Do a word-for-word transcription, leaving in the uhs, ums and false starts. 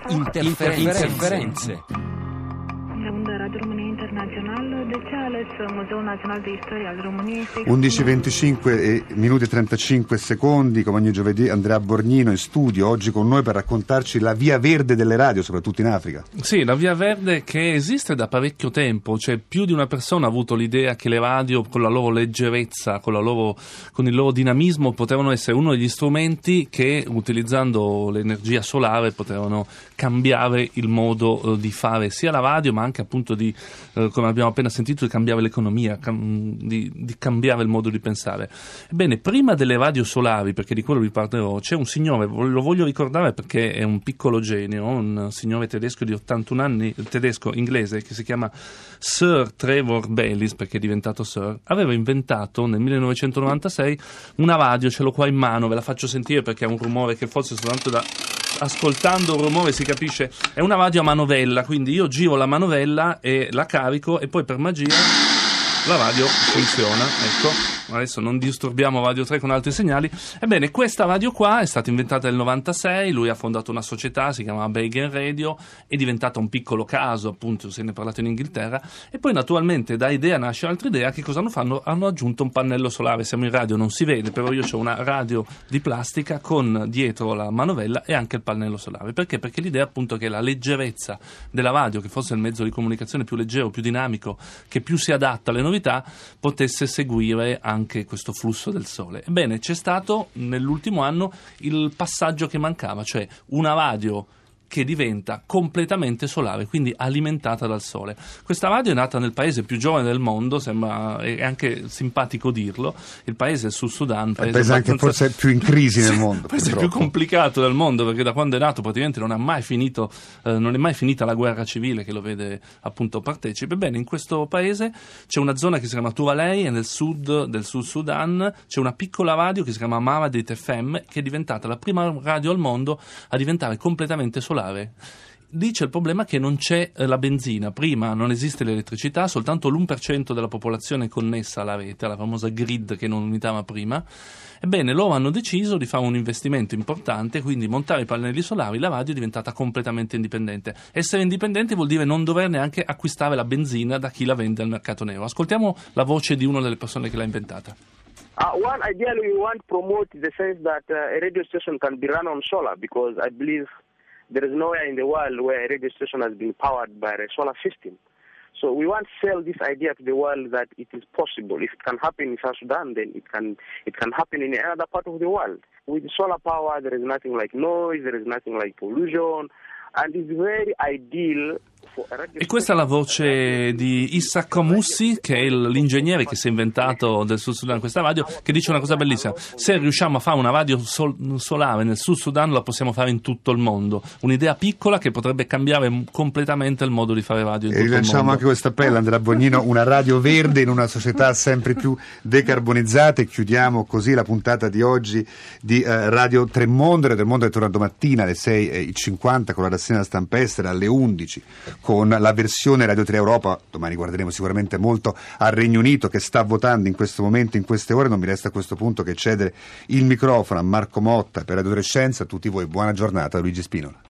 Interferenze. La unda Radio România Internațională, de ce a ales Muzeul Național de Istoria al României? undici e venticinque e minuti e trentacinque secondi, come ogni giovedì Andrea Borgnino in studio, oggi con noi per raccontarci la via verde delle radio, soprattutto in Africa. Sì, la via verde che esiste da parecchio tempo, cioè più di una persona ha avuto l'idea che le radio con la loro leggerezza, con, la loro, con il loro dinamismo potevano essere uno degli strumenti che utilizzando l'energia solare potevano cambiare il modo eh, di fare sia la radio ma anche appunto di, eh, come abbiamo appena sentito, di cambiare l'economia, cam- di, di cambiare il modo di pensare. Ebbene, prima delle radio solari, perché di quello vi parlerò, c'è un signore, lo voglio ricordare perché è un piccolo genio, un signore tedesco di ottantuno anni, tedesco inglese, che si chiama Sir Trevor Bellis, perché è diventato Sir, aveva inventato nel millenovecentonovantasei una radio, ce l'ho qua in mano, ve la faccio sentire perché è un rumore che forse soltanto da... ascoltando un rumore si capisce, è una radio a manovella, quindi io giro la manovella e la carico e poi per magia la radio funziona. Ecco, adesso non disturbiamo Radio tre con altri segnali. Ebbene, questa radio qua è stata inventata nel novantasei, lui ha fondato una società, si chiamava Beigen Radio, è diventata un piccolo caso, appunto, se ne è parlato in Inghilterra, e poi naturalmente da idea nasce un'altra idea. Che cosa hanno fatto? Hanno aggiunto un pannello solare, siamo in radio, non si vede, però io ho una radio di plastica con dietro la manovella e anche il pannello solare. Perché? Perché l'idea appunto è che la leggerezza della radio, che fosse il mezzo di comunicazione più leggero, più dinamico, che più si adatta alle novità, potesse seguire anche questo flusso del sole. Ebbene, c'è stato nell'ultimo anno il passaggio che mancava, cioè una radio che diventa completamente solare, quindi alimentata dal sole. Questa radio è nata nel paese più giovane del mondo, sembra, è anche simpatico dirlo, il paese è il Sud Sudan, paese, paese anche forse più in crisi nel mondo, il paese più complicato del mondo, perché da quando è nato praticamente non è mai finito, eh, non è mai finita la guerra civile che lo vede appunto partecipe. Bene, in questo paese c'è una zona che si chiama Tuvalei e nel sud del Sud Sudan c'è una piccola radio che si chiama Mawadit F M, che è diventata la prima radio al mondo a diventare completamente solare. Lì c'è il problema che non c'è eh, la benzina, prima non esiste l'elettricità, soltanto l'uno per cento della popolazione è connessa alla rete, alla famosa grid che non unitava prima. Ebbene, loro hanno deciso di fare un investimento importante, quindi montare i pannelli solari, la radio è diventata completamente indipendente. Essere indipendente vuol dire non dover neanche acquistare la benzina da chi la vende al mercato nero. Ascoltiamo la voce di una delle persone che l'ha inventata. Uh, one, ideally we want to promote the sense that uh, a radio station can be run on solar, because I believe there is nowhere in the world where a radio station has been powered by a solar system. So we want to sell this idea to the world that it is possible. If it can happen in South Sudan, then it can it can happen in another part of the world. With solar power, there is nothing like noise, there is nothing like pollution, and it's very ideal. E questa è la voce di Issa Komussi, che è l'ingegnere che si è inventato del Sud Sudan questa radio, che dice una cosa bellissima: se riusciamo a fare una radio sol- solare nel Sud Sudan, la possiamo fare in tutto il mondo. Un'idea piccola che potrebbe cambiare completamente il modo di fare radio in e tutto il mondo. E rilanciamo anche questo appello, Andrea Borgnino, una radio verde in una società sempre più decarbonizzata. E chiudiamo così la puntata di oggi di eh, Radio Tremondo. Radio Tremondo è tornato domattina alle sei e cinquanta con la rassegna stampa estera, alle undici con la versione Radio tre Europa. Domani guarderemo sicuramente molto al Regno Unito, che sta votando in questo momento, in queste ore. Non mi resta a questo punto che cedere il microfono a Marco Motta per Radio tre Scienza. A tutti voi buona giornata, Luigi Spinola.